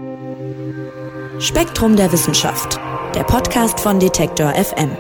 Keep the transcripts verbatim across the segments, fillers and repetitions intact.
Spektrum der Wissenschaft, der Podcast von Detektor F M.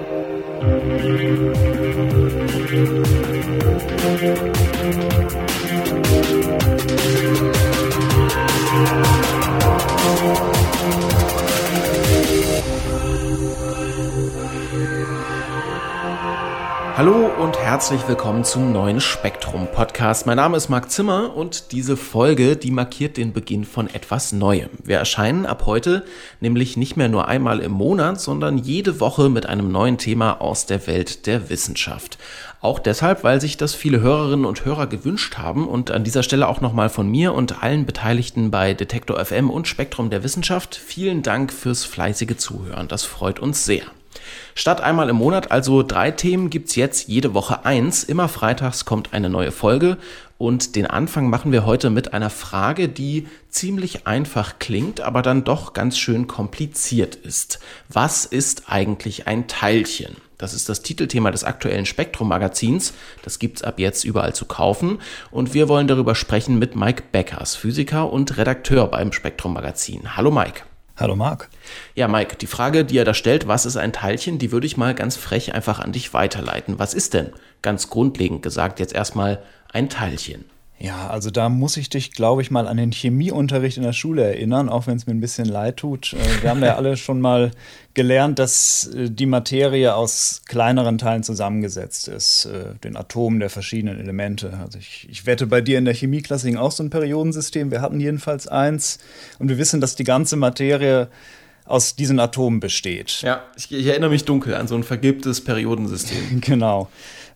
Hallo und herzlich willkommen zum neuen Spektrum-Podcast. Mein Name ist Marc Zimmer und diese Folge, die markiert den Beginn von etwas Neuem. Wir erscheinen ab heute nämlich nicht mehr nur einmal im Monat, sondern jede Woche mit einem neuen Thema aus der Welt der Wissenschaft. Auch deshalb, weil sich das viele Hörerinnen und Hörer gewünscht haben und an dieser Stelle auch nochmal von mir und allen Beteiligten bei Detektor F M und Spektrum der Wissenschaft vielen Dank fürs fleißige Zuhören. Das freut uns sehr. Statt einmal im Monat, also drei Themen, gibt's jetzt jede Woche eins. Immer freitags kommt eine neue Folge und den Anfang machen wir heute mit einer Frage, die ziemlich einfach klingt, aber dann doch ganz schön kompliziert ist. Was ist eigentlich ein Teilchen? Das ist das Titelthema des aktuellen Spektrum-Magazins. Das gibt's ab jetzt überall zu kaufen. Und wir wollen darüber sprechen mit Mike Beckers, Physiker und Redakteur beim Spektrum-Magazin. Hallo Mike. Hallo Marc. Ja, Mike, die Frage, die er da stellt, was ist ein Teilchen, die würde ich mal ganz frech einfach an dich weiterleiten. Was ist denn, ganz grundlegend gesagt, jetzt erstmal ein Teilchen? Ja, also da muss ich dich, glaube ich, mal an den Chemieunterricht in der Schule erinnern, auch wenn es mir ein bisschen leid tut. Wir haben ja alle schon mal gelernt, dass die Materie aus kleineren Teilen zusammengesetzt ist, den Atomen der verschiedenen Elemente. Also ich, ich wette, bei dir in der Chemieklasse ging auch so ein Periodensystem. Wir hatten jedenfalls eins und wir wissen, dass die ganze Materie aus diesen Atomen besteht. Ja, ich, ich erinnere mich dunkel an so ein vergilbtes Periodensystem. Genau.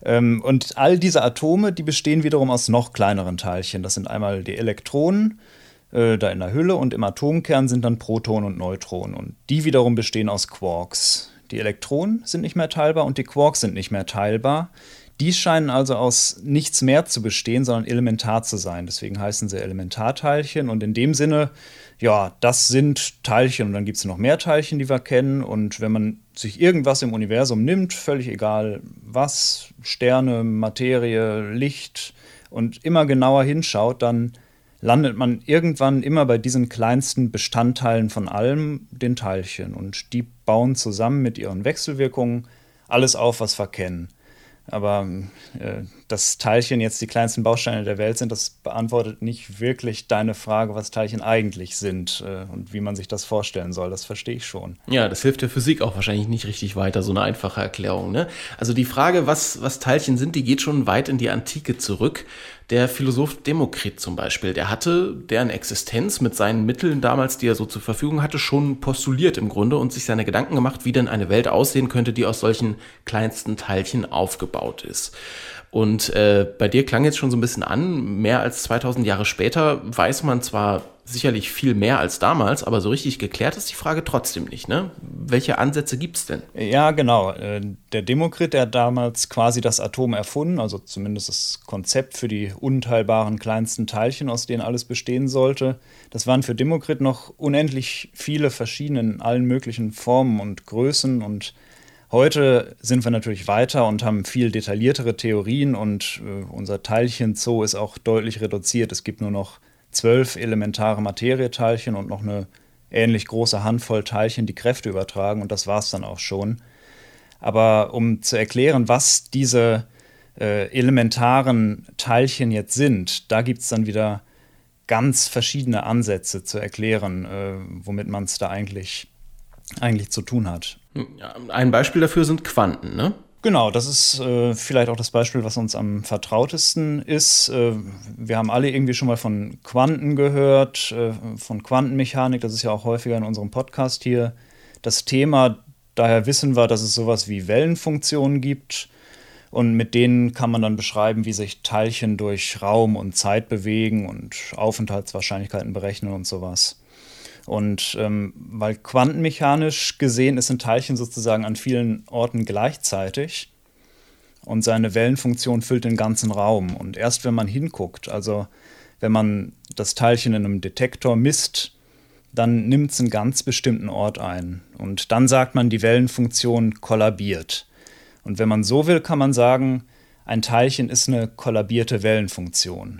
Und all diese Atome, die bestehen wiederum aus noch kleineren Teilchen. Das sind einmal die Elektronen, äh, da in der Hülle, und im Atomkern sind dann Protonen und Neutronen. Und die wiederum bestehen aus Quarks. Die Elektronen sind nicht mehr teilbar und die Quarks sind nicht mehr teilbar. Die scheinen also aus nichts mehr zu bestehen, sondern elementar zu sein. Deswegen heißen sie Elementarteilchen. Und in dem Sinne, ja, das sind Teilchen. Und dann gibt es noch mehr Teilchen, die wir kennen. Und wenn man sich irgendwas im Universum nimmt, völlig egal was, Sterne, Materie, Licht, und immer genauer hinschaut, dann landet man irgendwann immer bei diesen kleinsten Bestandteilen von allem, den Teilchen. Und die bauen zusammen mit ihren Wechselwirkungen alles auf, was wir kennen. Aber äh, dass Teilchen jetzt die kleinsten Bausteine der Welt sind, das beantwortet nicht wirklich deine Frage, was Teilchen eigentlich sind äh, und wie man sich das vorstellen soll. Das verstehe ich schon. Ja, das hilft der Physik auch wahrscheinlich nicht richtig weiter, so eine einfache Erklärung, ne? Also die Frage, was, was Teilchen sind, die geht schon weit in die Antike zurück. Der Philosoph Demokrit zum Beispiel, der hatte deren Existenz mit seinen Mitteln damals, die er so zur Verfügung hatte, schon postuliert im Grunde und sich seine Gedanken gemacht, wie denn eine Welt aussehen könnte, die aus solchen kleinsten Teilchen aufgebaut ist. Und äh, bei dir klang jetzt schon so ein bisschen an, mehr als zweitausend Jahre später weiß man zwar sicherlich viel mehr als damals, aber so richtig geklärt ist die Frage trotzdem nicht, ne? Welche Ansätze gibt's denn? Ja, genau. Der Demokrit, der hat damals quasi das Atom erfunden, also zumindest das Konzept für die unteilbaren kleinsten Teilchen, aus denen alles bestehen sollte. Das waren für Demokrit noch unendlich viele verschiedene in allen möglichen Formen und Größen, und heute sind wir natürlich weiter und haben viel detailliertere Theorien, und äh, unser Teilchenzoo ist auch deutlich reduziert. Es gibt nur noch zwölf elementare Materieteilchen und noch eine ähnlich große Handvoll Teilchen, die Kräfte übertragen, und das war es dann auch schon. Aber um zu erklären, was diese äh, elementaren Teilchen jetzt sind, da gibt es dann wieder ganz verschiedene Ansätze zu erklären, äh, womit man es da eigentlich, eigentlich zu tun hat. Ja, ein Beispiel dafür sind Quanten, ne? Genau, das ist äh, vielleicht auch das Beispiel, was uns am vertrautesten ist. Äh, wir haben alle irgendwie schon mal von Quanten gehört, äh, von Quantenmechanik. Das ist ja auch häufiger in unserem Podcast hier das Thema. Daher wissen wir, dass es sowas wie Wellenfunktionen gibt. Und mit denen kann man dann beschreiben, wie sich Teilchen durch Raum und Zeit bewegen und Aufenthaltswahrscheinlichkeiten berechnen und sowas. Und ähm, weil quantenmechanisch gesehen ist ein Teilchen sozusagen an vielen Orten gleichzeitig und seine Wellenfunktion füllt den ganzen Raum. Und erst wenn man hinguckt, also wenn man das Teilchen in einem Detektor misst, dann nimmt es einen ganz bestimmten Ort ein. Und dann sagt man, die Wellenfunktion kollabiert. Und wenn man so will, kann man sagen, ein Teilchen ist eine kollabierte Wellenfunktion.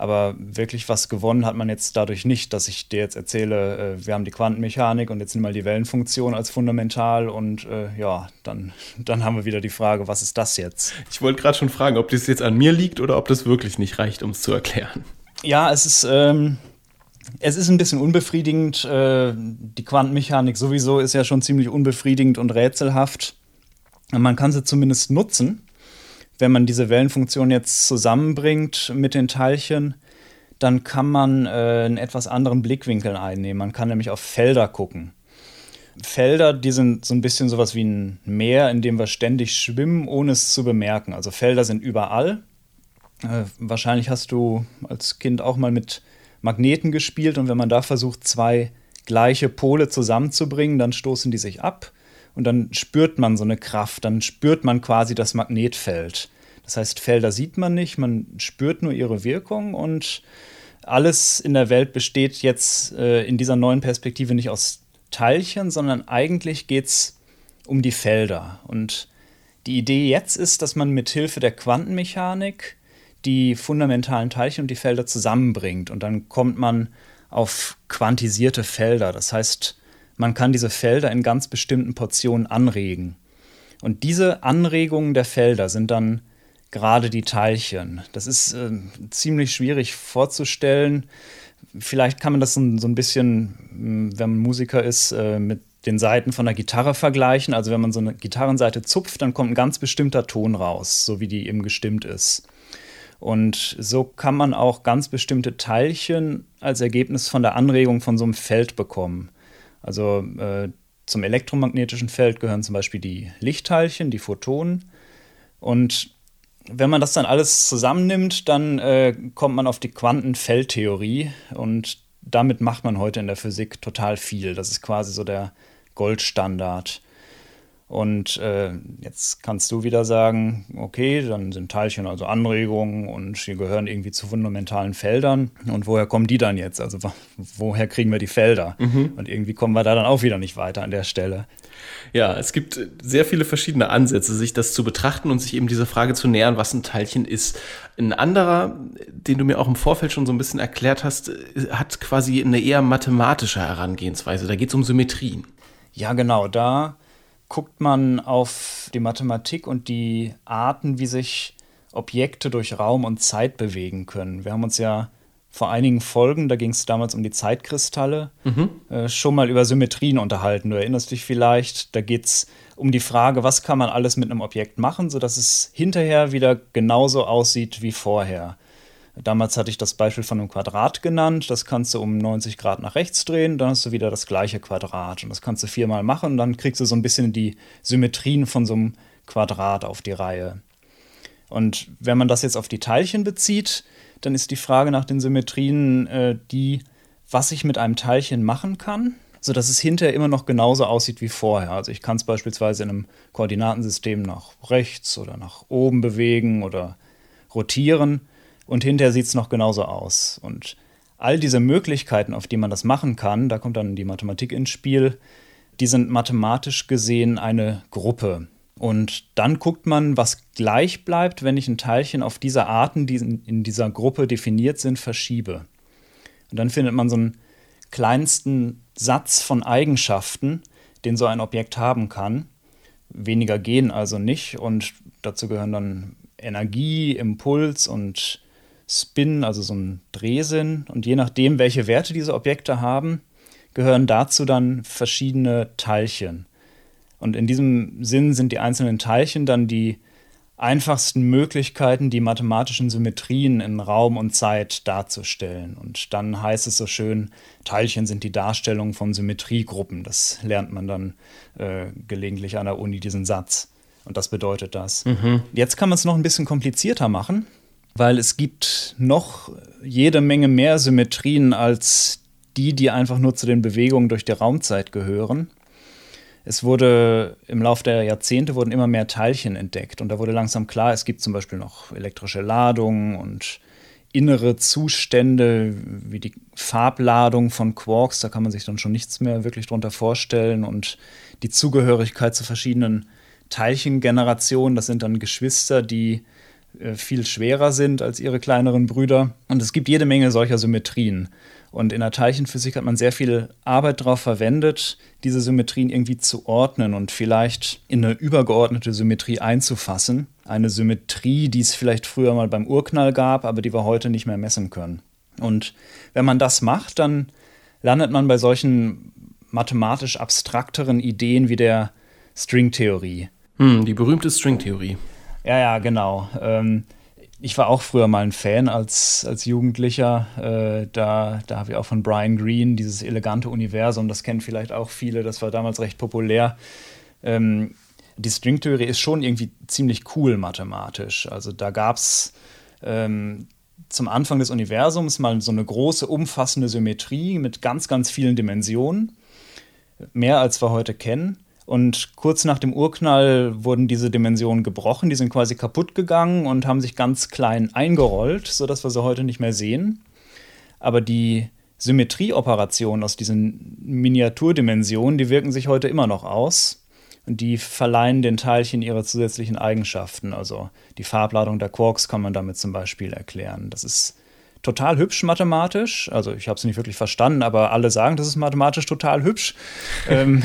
Aber wirklich was gewonnen hat man jetzt dadurch nicht, dass ich dir jetzt erzähle, äh, wir haben die Quantenmechanik und jetzt nimm mal die Wellenfunktion als fundamental und äh, ja, dann, dann haben wir wieder die Frage, was ist das jetzt? Ich wollte gerade schon fragen, ob das jetzt an mir liegt oder ob das wirklich nicht reicht, um es zu erklären. Ja, es ist, ähm, es ist ein bisschen unbefriedigend. Äh, die Quantenmechanik sowieso ist ja schon ziemlich unbefriedigend und rätselhaft. Man kann sie zumindest nutzen. Wenn man diese Wellenfunktion jetzt zusammenbringt mit den Teilchen, dann kann man äh, einen etwas anderen Blickwinkel einnehmen. Man kann nämlich auf Felder gucken. Felder, die sind so ein bisschen sowas wie ein Meer, in dem wir ständig schwimmen, ohne es zu bemerken. Also Felder sind überall. Äh, wahrscheinlich hast du als Kind auch mal mit Magneten gespielt und wenn man da versucht, zwei gleiche Pole zusammenzubringen, dann stoßen die sich ab. Und dann spürt man so eine Kraft, dann spürt man quasi das Magnetfeld. Das heißt, Felder sieht man nicht, man spürt nur ihre Wirkung und alles in der Welt besteht jetzt äh, in dieser neuen Perspektive nicht aus Teilchen, sondern eigentlich geht es um die Felder. Und die Idee jetzt ist, dass man mit Hilfe der Quantenmechanik die fundamentalen Teilchen und die Felder zusammenbringt. Und dann kommt man auf quantisierte Felder. Das heißt, man kann diese Felder in ganz bestimmten Portionen anregen. Und diese Anregungen der Felder sind dann gerade die Teilchen. Das ist äh, ziemlich schwierig vorzustellen. Vielleicht kann man das so, so ein bisschen, wenn man Musiker ist, äh, mit den Saiten von der Gitarre vergleichen. Also wenn man so eine Gitarrensaite zupft, dann kommt ein ganz bestimmter Ton raus, so wie die eben gestimmt ist. Und so kann man auch ganz bestimmte Teilchen als Ergebnis von der Anregung von so einem Feld bekommen. Also äh, zum elektromagnetischen Feld gehören zum Beispiel die Lichtteilchen, die Photonen. Und wenn man das dann alles zusammennimmt, dann äh, kommt man auf die Quantenfeldtheorie. Und damit macht man heute in der Physik total viel. Das ist quasi so der Goldstandard. Und äh, jetzt kannst du wieder sagen, okay, dann sind Teilchen also Anregungen und die gehören irgendwie zu fundamentalen Feldern. Und woher kommen die dann jetzt? Also woher kriegen wir die Felder? Mhm. Und irgendwie kommen wir da dann auch wieder nicht weiter an der Stelle. Ja, es gibt sehr viele verschiedene Ansätze, sich das zu betrachten und sich eben dieser Frage zu nähern, was ein Teilchen ist. Ein anderer, den du mir auch im Vorfeld schon so ein bisschen erklärt hast, hat quasi eine eher mathematische Herangehensweise. Da geht es um Symmetrien. Ja, genau, da guckt man auf die Mathematik und die Arten, wie sich Objekte durch Raum und Zeit bewegen können. Wir haben uns ja vor einigen Folgen, da ging es damals um die Zeitkristalle, mhm. äh, schon mal über Symmetrien unterhalten. Du erinnerst dich vielleicht, da geht es um die Frage, was kann man alles mit einem Objekt machen, sodass es hinterher wieder genauso aussieht wie vorher. Damals hatte ich das Beispiel von einem Quadrat genannt. Das kannst du um neunzig Grad nach rechts drehen, dann hast du wieder das gleiche Quadrat. Und das kannst du viermal machen und dann kriegst du so ein bisschen die Symmetrien von so einem Quadrat auf die Reihe. Und wenn man das jetzt auf die Teilchen bezieht, dann ist die Frage nach den Symmetrien äh, die, was ich mit einem Teilchen machen kann, sodass es hinterher immer noch genauso aussieht wie vorher. Also ich kann es beispielsweise in einem Koordinatensystem nach rechts oder nach oben bewegen oder rotieren. Und hinterher sieht es noch genauso aus. Und all diese Möglichkeiten, auf die man das machen kann, da kommt dann die Mathematik ins Spiel, die sind mathematisch gesehen eine Gruppe. Und dann guckt man, was gleich bleibt, wenn ich ein Teilchen auf diese Arten, die in dieser Gruppe definiert sind, verschiebe. Und dann findet man so einen kleinsten Satz von Eigenschaften, den so ein Objekt haben kann. Weniger gehen also nicht. Und dazu gehören dann Energie, Impuls und Spin, also so ein Drehsinn. Und je nachdem, welche Werte diese Objekte haben, gehören dazu dann verschiedene Teilchen. Und in diesem Sinn sind die einzelnen Teilchen dann die einfachsten Möglichkeiten, die mathematischen Symmetrien in Raum und Zeit darzustellen. Und dann heißt es so schön, Teilchen sind die Darstellung von Symmetriegruppen. Das lernt man dann äh, gelegentlich an der Uni, diesen Satz. Und das bedeutet das. Mhm. Jetzt kann man es noch ein bisschen komplizierter machen, weil es gibt noch jede Menge mehr Symmetrien als die, die einfach nur zu den Bewegungen durch die Raumzeit gehören. Es wurde im Laufe der Jahrzehnte wurden immer mehr Teilchen entdeckt und da wurde langsam klar, es gibt zum Beispiel noch elektrische Ladungen und innere Zustände wie die Farbladung von Quarks, da kann man sich dann schon nichts mehr wirklich drunter vorstellen und die Zugehörigkeit zu verschiedenen Teilchengenerationen, das sind dann Geschwister, die äh, viel schwerer sind als ihre kleineren Brüder. Und es gibt jede Menge solcher Symmetrien. Und in der Teilchenphysik hat man sehr viel Arbeit darauf verwendet, diese Symmetrien irgendwie zu ordnen und vielleicht in eine übergeordnete Symmetrie einzufassen. Eine Symmetrie, die es vielleicht früher mal beim Urknall gab, aber die wir heute nicht mehr messen können. Und wenn man das macht, dann landet man bei solchen mathematisch abstrakteren Ideen wie der Stringtheorie. Hm, die berühmte Stringtheorie. Ja, ja, genau. Ähm, ich war auch früher mal ein Fan als, als Jugendlicher. Äh, da da habe ich auch von Brian Greene dieses elegante Universum, das kennen vielleicht auch viele, das war damals recht populär. Ähm, die Stringtheorie ist schon irgendwie ziemlich cool mathematisch. Also da gab es ähm, zum Anfang des Universums mal so eine große, umfassende Symmetrie mit ganz, ganz vielen Dimensionen. Mehr als wir heute kennen. Und kurz nach dem Urknall wurden diese Dimensionen gebrochen, die sind quasi kaputt gegangen und haben sich ganz klein eingerollt, sodass wir sie heute nicht mehr sehen. Aber die Symmetrieoperationen aus diesen Miniaturdimensionen, die wirken sich heute immer noch aus. Und die verleihen den Teilchen ihre zusätzlichen Eigenschaften. Also die Farbladung der Quarks kann man damit zum Beispiel erklären. Das ist total hübsch mathematisch. Also ich habe es nicht wirklich verstanden, aber alle sagen, das ist mathematisch total hübsch. ähm,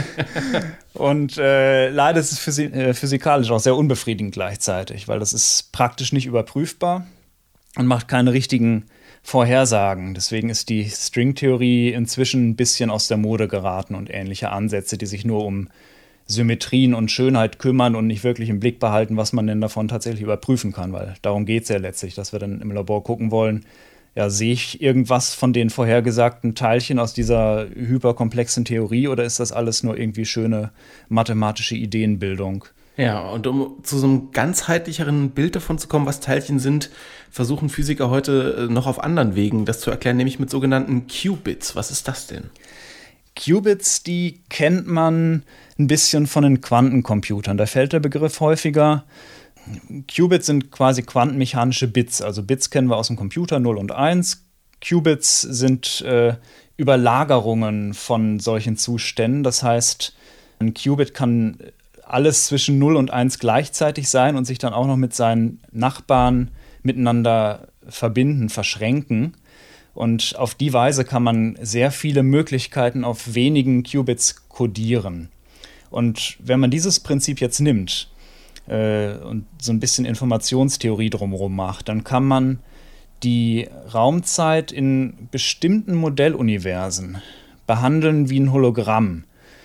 und äh, leider ist es physi- äh, physikalisch auch sehr unbefriedigend gleichzeitig, weil das ist praktisch nicht überprüfbar und macht keine richtigen Vorhersagen. Deswegen ist die Stringtheorie inzwischen ein bisschen aus der Mode geraten und ähnliche Ansätze, die sich nur um Symmetrien und Schönheit kümmern und nicht wirklich im Blick behalten, was man denn davon tatsächlich überprüfen kann, weil darum geht es ja letztlich, dass wir dann im Labor gucken wollen, ja, sehe ich irgendwas von den vorhergesagten Teilchen aus dieser hyperkomplexen Theorie oder ist das alles nur irgendwie schöne mathematische Ideenbildung? Ja, und um zu so einem ganzheitlicheren Bild davon zu kommen, was Teilchen sind, versuchen Physiker heute noch auf anderen Wegen das zu erklären, nämlich mit sogenannten Qubits. Was ist das denn? Qubits, die kennt man ein bisschen von den Quantencomputern. Da fällt der Begriff häufiger. Qubits sind quasi quantenmechanische Bits. Also Bits kennen wir aus dem Computer, null und eins. Qubits sind äh, Überlagerungen von solchen Zuständen. Das heißt, ein Qubit kann alles zwischen null und eins gleichzeitig sein und sich dann auch noch mit seinen Nachbarn miteinander verbinden, verschränken. Und auf die Weise kann man sehr viele Möglichkeiten auf wenigen Qubits kodieren. Und wenn man dieses Prinzip jetzt nimmt äh, und so ein bisschen Informationstheorie drumherum macht, dann kann man die Raumzeit in bestimmten Modelluniversen behandeln wie ein Hologramm.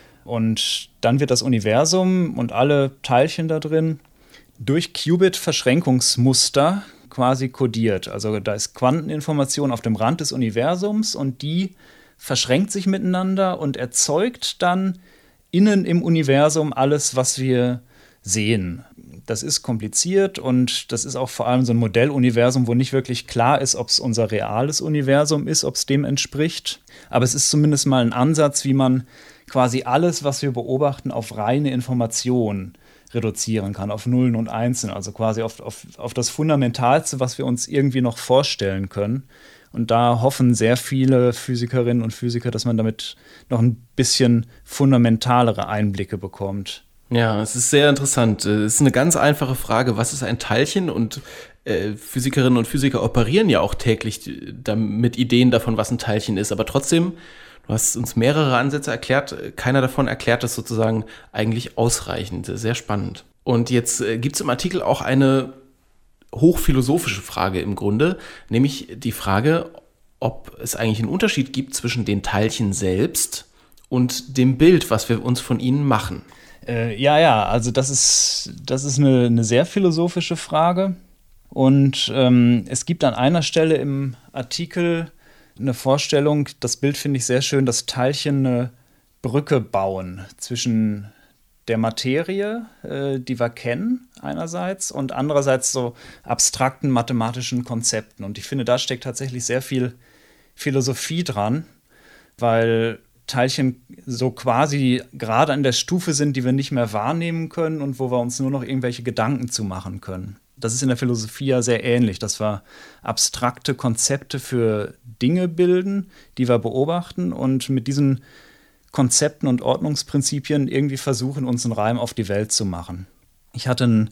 Und dann wird das Universum und alle Teilchen da drin durch Qubit-Verschränkungsmuster quasi kodiert. Also da ist Quanteninformation auf dem Rand des Universums und die verschränkt sich miteinander und erzeugt dann innen im Universum alles, was wir sehen. Das ist kompliziert und das ist auch vor allem so ein Modelluniversum, wo nicht wirklich klar ist, ob es unser reales Universum ist, ob es dem entspricht. Aber es ist zumindest mal ein Ansatz, wie man quasi alles, was wir beobachten, auf reine Information reduzieren kann, auf Nullen und Einsen, also quasi auf, auf, auf das Fundamentalste, was wir uns irgendwie noch vorstellen können. Und da hoffen sehr viele Physikerinnen und Physiker, dass man damit noch ein bisschen fundamentalere Einblicke bekommt. Ja, es ist sehr interessant. Es ist eine ganz einfache Frage, was ist ein Teilchen? Und äh, Physikerinnen und Physiker operieren ja auch täglich mit Ideen davon, was ein Teilchen ist. Aber trotzdem, du hast uns mehrere Ansätze erklärt, keiner davon erklärt das sozusagen eigentlich ausreichend. Sehr spannend. Und jetzt äh, gibt es im Artikel auch eine hochphilosophische Frage im Grunde, nämlich die Frage, ob es eigentlich einen Unterschied gibt zwischen den Teilchen selbst und dem Bild, was wir uns von ihnen machen. Äh, ja, ja, also das ist, das ist eine, eine sehr philosophische Frage. Und ähm, es gibt an einer Stelle im Artikel eine Vorstellung, das Bild finde ich sehr schön, dass Teilchen eine Brücke bauen zwischen der Materie, äh, die wir kennen, einerseits, und andererseits so abstrakten mathematischen Konzepten. Und ich finde, da steckt tatsächlich sehr viel Philosophie dran, weil Teilchen so quasi gerade an der Stufe sind, die wir nicht mehr wahrnehmen können und wo wir uns nur noch irgendwelche Gedanken zu machen können. Das ist in der Philosophie ja sehr ähnlich, dass wir abstrakte Konzepte für Dinge bilden, die wir beobachten und mit diesen Konzepten und Ordnungsprinzipien irgendwie versuchen, uns einen Reim auf die Welt zu machen. Ich hatte einen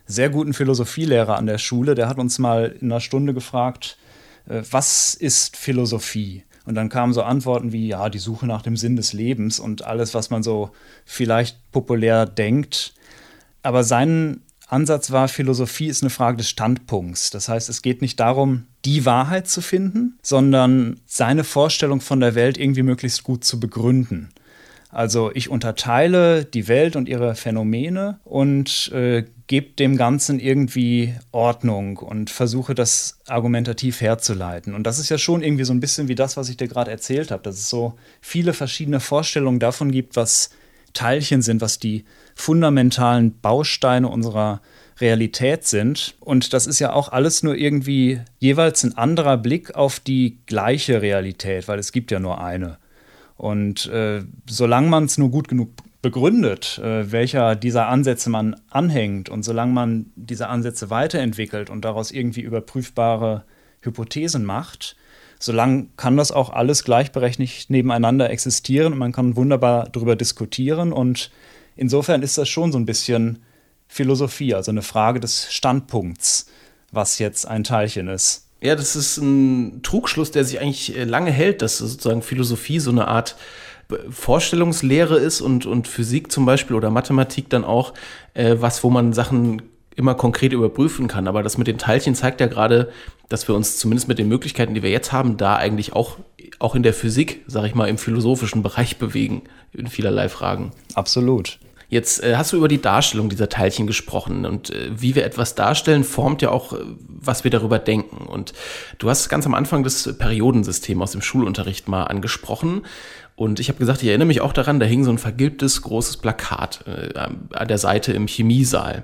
sehr guten Philosophielehrer an der Schule, der hat uns mal in einer Stunde gefragt, äh, was ist Philosophie? Und dann kamen so Antworten wie, ja, die Suche nach dem Sinn des Lebens und alles, was man so vielleicht populär denkt. Aber sein Ansatz war, Philosophie ist eine Frage des Standpunkts. Das heißt, es geht nicht darum, die Wahrheit zu finden, sondern seine Vorstellung von der Welt irgendwie möglichst gut zu begründen. Also ich unterteile die Welt und ihre Phänomene und äh, gebe dem Ganzen irgendwie Ordnung und versuche das argumentativ herzuleiten. Und das ist ja schon irgendwie so ein bisschen wie das, was ich dir gerade erzählt habe, dass es so viele verschiedene Vorstellungen davon gibt, was Teilchen sind, was die fundamentalen Bausteine unserer Realität sind. Und das ist ja auch alles nur irgendwie jeweils ein anderer Blick auf die gleiche Realität, weil es gibt ja nur eine. Und äh, solange man es nur gut genug begründet, äh, welcher dieser Ansätze man anhängt und solange man diese Ansätze weiterentwickelt und daraus irgendwie überprüfbare Hypothesen macht, solange kann das auch alles gleichberechtigt nebeneinander existieren und man kann wunderbar darüber diskutieren. Und insofern ist das schon so ein bisschen Philosophie, also eine Frage des Standpunkts, was jetzt ein Teilchen ist. Ja, das ist ein Trugschluss, der sich eigentlich lange hält, dass sozusagen Philosophie so eine Art Vorstellungslehre ist und, und Physik zum Beispiel oder Mathematik dann auch äh, was, wo man Sachen immer konkret überprüfen kann. Aber das mit den Teilchen zeigt ja gerade, dass wir uns zumindest mit den Möglichkeiten, die wir jetzt haben, da eigentlich auch, auch in der Physik, sag ich mal, im philosophischen Bereich bewegen, in vielerlei Fragen. Absolut. Jetzt äh, hast du über die Darstellung dieser Teilchen gesprochen und äh, wie wir etwas darstellen, formt ja auch, äh, was wir darüber denken. Und du hast ganz am Anfang das Periodensystem aus dem Schulunterricht mal angesprochen. Und ich habe gesagt, ich erinnere mich auch daran, da hing so ein vergilbtes, großes Plakat äh, an der Seite im Chemiesaal.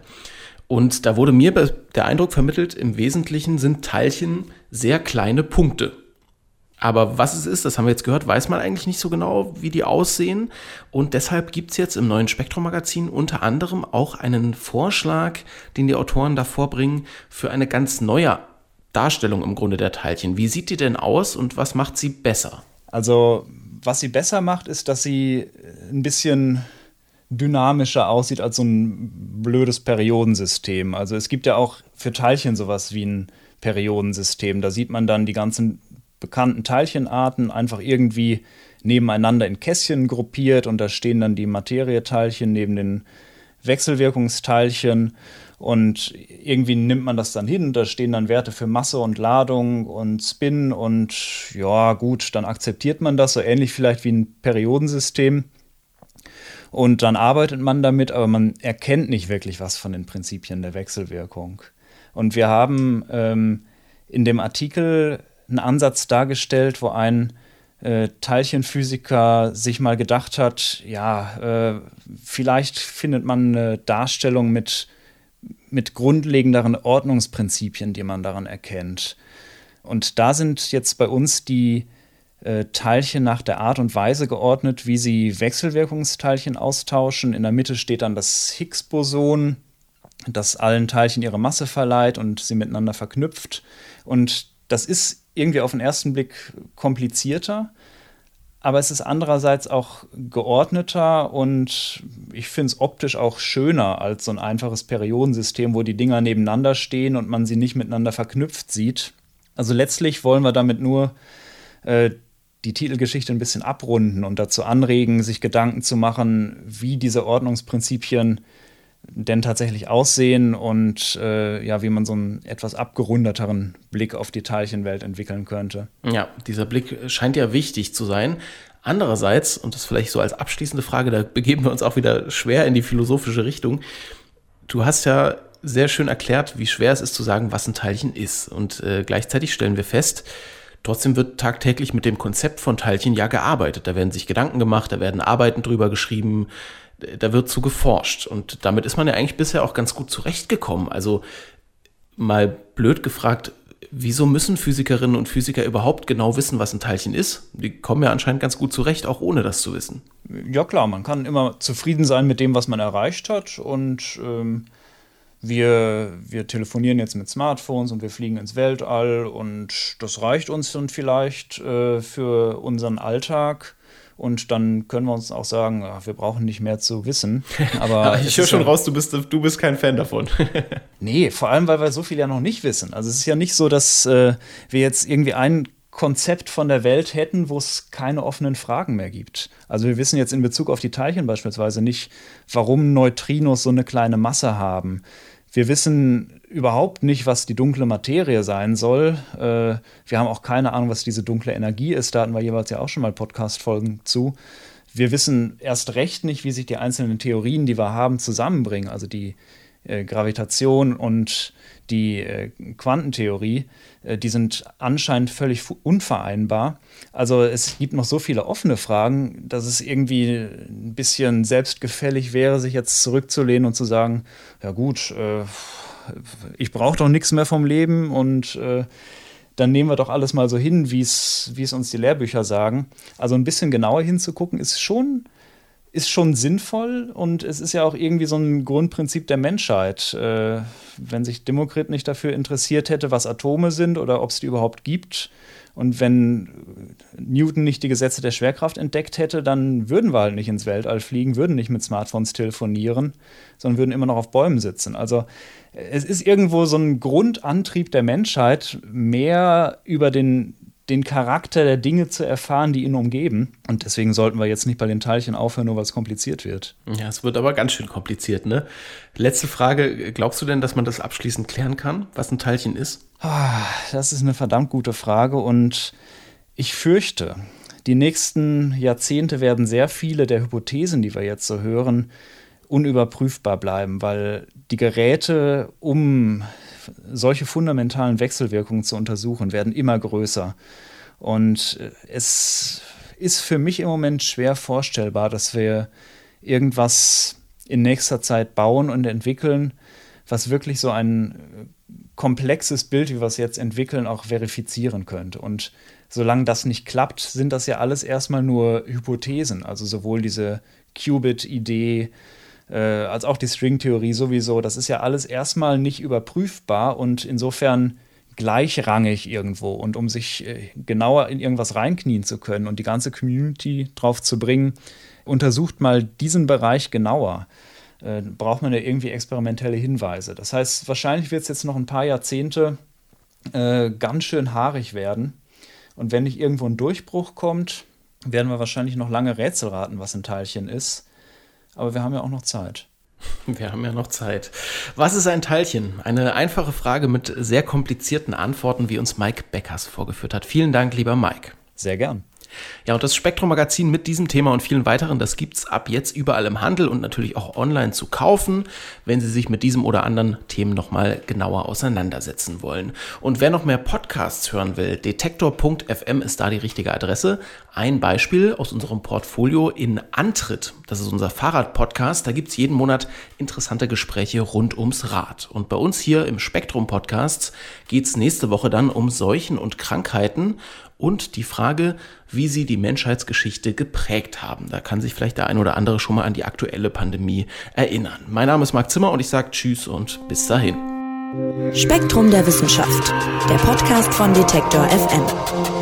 Und da wurde mir der Eindruck vermittelt, im Wesentlichen sind Teilchen sehr kleine Punkte. Aber was es ist, das haben wir jetzt gehört, weiß man eigentlich nicht so genau, wie die aussehen. Und deshalb gibt es jetzt im neuen Spektrum-Magazin unter anderem auch einen Vorschlag, den die Autoren da vorbringen, für eine ganz neue Darstellung im Grunde der Teilchen. Wie sieht die denn aus und was macht sie besser? Also, was sie besser macht, ist, dass sie ein bisschen dynamischer aussieht als so ein blödes Periodensystem. Also es gibt ja auch für Teilchen sowas wie ein Periodensystem. Da sieht man dann die ganzen bekannten Teilchenarten einfach irgendwie nebeneinander in Kästchen gruppiert und da stehen dann die Materieteilchen neben den Wechselwirkungsteilchen und irgendwie nimmt man das dann hin und da stehen dann Werte für Masse und Ladung und Spin und ja gut, dann akzeptiert man das, so ähnlich vielleicht wie ein Periodensystem und dann arbeitet man damit, aber man erkennt nicht wirklich was von den Prinzipien der Wechselwirkung. Und wir haben ähm, in dem Artikel einen Ansatz dargestellt, wo ein äh, Teilchenphysiker sich mal gedacht hat, ja, äh, vielleicht findet man eine Darstellung mit, mit grundlegenderen Ordnungsprinzipien, die man daran erkennt. Und da sind jetzt bei uns die äh, Teilchen nach der Art und Weise geordnet, wie sie Wechselwirkungsteilchen austauschen. In der Mitte steht dann das Higgs-Boson, das allen Teilchen ihre Masse verleiht und sie miteinander verknüpft. Und das ist irgendwie auf den ersten Blick komplizierter, aber es ist andererseits auch geordneter und ich finde es optisch auch schöner als so ein einfaches Periodensystem, wo die Dinger nebeneinander stehen und man sie nicht miteinander verknüpft sieht. Also letztlich wollen wir damit nur äh, die Titelgeschichte ein bisschen abrunden und dazu anregen, sich Gedanken zu machen, wie diese Ordnungsprinzipien denn tatsächlich aussehen und äh, ja, wie man so einen etwas abgerundeteren Blick auf die Teilchenwelt entwickeln könnte. Ja, dieser Blick scheint ja wichtig zu sein. Andererseits, und das vielleicht so als abschließende Frage, da begeben wir uns auch wieder schwer in die philosophische Richtung. Du hast ja sehr schön erklärt, wie schwer es ist zu sagen, was ein Teilchen ist. Und äh, gleichzeitig stellen wir fest, trotzdem wird tagtäglich mit dem Konzept von Teilchen ja gearbeitet. Da werden sich Gedanken gemacht, da werden Arbeiten drüber geschrieben, da wird zu geforscht. Und damit ist man ja eigentlich bisher auch ganz gut zurechtgekommen. Also mal blöd gefragt, wieso müssen Physikerinnen und Physiker überhaupt genau wissen, was ein Teilchen ist? Die kommen ja anscheinend ganz gut zurecht, auch ohne das zu wissen. Ja klar, man kann immer zufrieden sein mit dem, was man erreicht hat. Und ähm, wir, wir telefonieren jetzt mit Smartphones und wir fliegen ins Weltall. Und das reicht uns dann vielleicht äh, für unseren Alltag. Und dann können wir uns auch sagen, ach, wir brauchen nicht mehr zu wissen. Aber ich höre schon ja raus, du bist, du bist kein Fan davon. Nee, vor allem, weil wir so viel ja noch nicht wissen. Also es ist ja nicht so, dass äh, wir jetzt irgendwie ein Konzept von der Welt hätten, wo es keine offenen Fragen mehr gibt. Also wir wissen jetzt in Bezug auf die Teilchen beispielsweise nicht, warum Neutrinos so eine kleine Masse haben. Wir wissen überhaupt nicht, was die dunkle Materie sein soll. Äh, wir haben auch keine Ahnung, was diese dunkle Energie ist. Da hatten wir jeweils ja auch schon mal Podcast-Folgen zu. Wir wissen erst recht nicht, wie sich die einzelnen Theorien, die wir haben, zusammenbringen. Also die äh, Gravitation und die äh, Quantentheorie, äh, die sind anscheinend völlig unvereinbar. Also es gibt noch so viele offene Fragen, dass es irgendwie ein bisschen selbstgefällig wäre, sich jetzt zurückzulehnen und zu sagen, ja gut, äh, ich brauche doch nichts mehr vom Leben und äh, dann nehmen wir doch alles mal so hin, wie es wie es uns die Lehrbücher sagen. Also ein bisschen genauer hinzugucken ist schon ist schon sinnvoll und es ist ja auch irgendwie so ein Grundprinzip der Menschheit. Äh, wenn sich Demokrit nicht dafür interessiert hätte, was Atome sind oder ob es die überhaupt gibt und wenn Newton nicht die Gesetze der Schwerkraft entdeckt hätte, dann würden wir halt nicht ins Weltall fliegen, würden nicht mit Smartphones telefonieren, sondern würden immer noch auf Bäumen sitzen. Also es ist irgendwo so ein Grundantrieb der Menschheit, mehr über den den Charakter der Dinge zu erfahren, die ihn umgeben. Und deswegen sollten wir jetzt nicht bei den Teilchen aufhören, nur weil es kompliziert wird. Ja, es wird aber ganz schön kompliziert, ne? Letzte Frage, glaubst du denn, dass man das abschließend klären kann, was ein Teilchen ist? Das ist eine verdammt gute Frage und ich fürchte, die nächsten Jahrzehnte werden sehr viele der Hypothesen, die wir jetzt so hören, unüberprüfbar bleiben, weil die Geräte, um solche fundamentalen Wechselwirkungen zu untersuchen, werden immer größer. Und es ist für mich im Moment schwer vorstellbar, dass wir irgendwas in nächster Zeit bauen und entwickeln, was wirklich so ein komplexes Bild, wie wir es jetzt entwickeln, auch verifizieren könnte. Und solange das nicht klappt, sind das ja alles erstmal nur Hypothesen. Also sowohl diese Qubit-Idee, Äh, als auch die Stringtheorie sowieso, das ist ja alles erstmal nicht überprüfbar und insofern gleichrangig irgendwo. Und um sich äh, genauer in irgendwas reinknien zu können und die ganze Community drauf zu bringen, untersucht mal diesen Bereich genauer. Äh, braucht man ja irgendwie experimentelle Hinweise. Das heißt, wahrscheinlich wird es jetzt noch ein paar Jahrzehnte äh, ganz schön haarig werden. Und wenn nicht irgendwo ein Durchbruch kommt, werden wir wahrscheinlich noch lange Rätsel raten, was ein Teilchen ist. Aber wir haben ja auch noch Zeit. Wir haben ja noch Zeit. Was ist ein Teilchen? Eine einfache Frage mit sehr komplizierten Antworten, wie uns Mike Beckers vorgeführt hat. Vielen Dank, lieber Mike. Sehr gern. Ja, und das Spektrum-Magazin mit diesem Thema und vielen weiteren, das gibt's ab jetzt überall im Handel und natürlich auch online zu kaufen, wenn Sie sich mit diesem oder anderen Themen nochmal genauer auseinandersetzen wollen. Und wer noch mehr Podcasts hören will, detektor punkt f m ist da die richtige Adresse. Ein Beispiel aus unserem Portfolio in Antritt, das ist unser Fahrrad-Podcast, da gibt's jeden Monat interessante Gespräche rund ums Rad. Und bei uns hier im Spektrum-Podcast geht's nächste Woche dann um Seuchen und Krankheiten und die Frage, wie sie die Menschheitsgeschichte geprägt haben. Da kann sich vielleicht der ein oder andere schon mal an die aktuelle Pandemie erinnern. Mein Name ist Marc Zimmer und ich sage Tschüss und bis dahin. Spektrum der Wissenschaft, der Podcast von Detektor F M.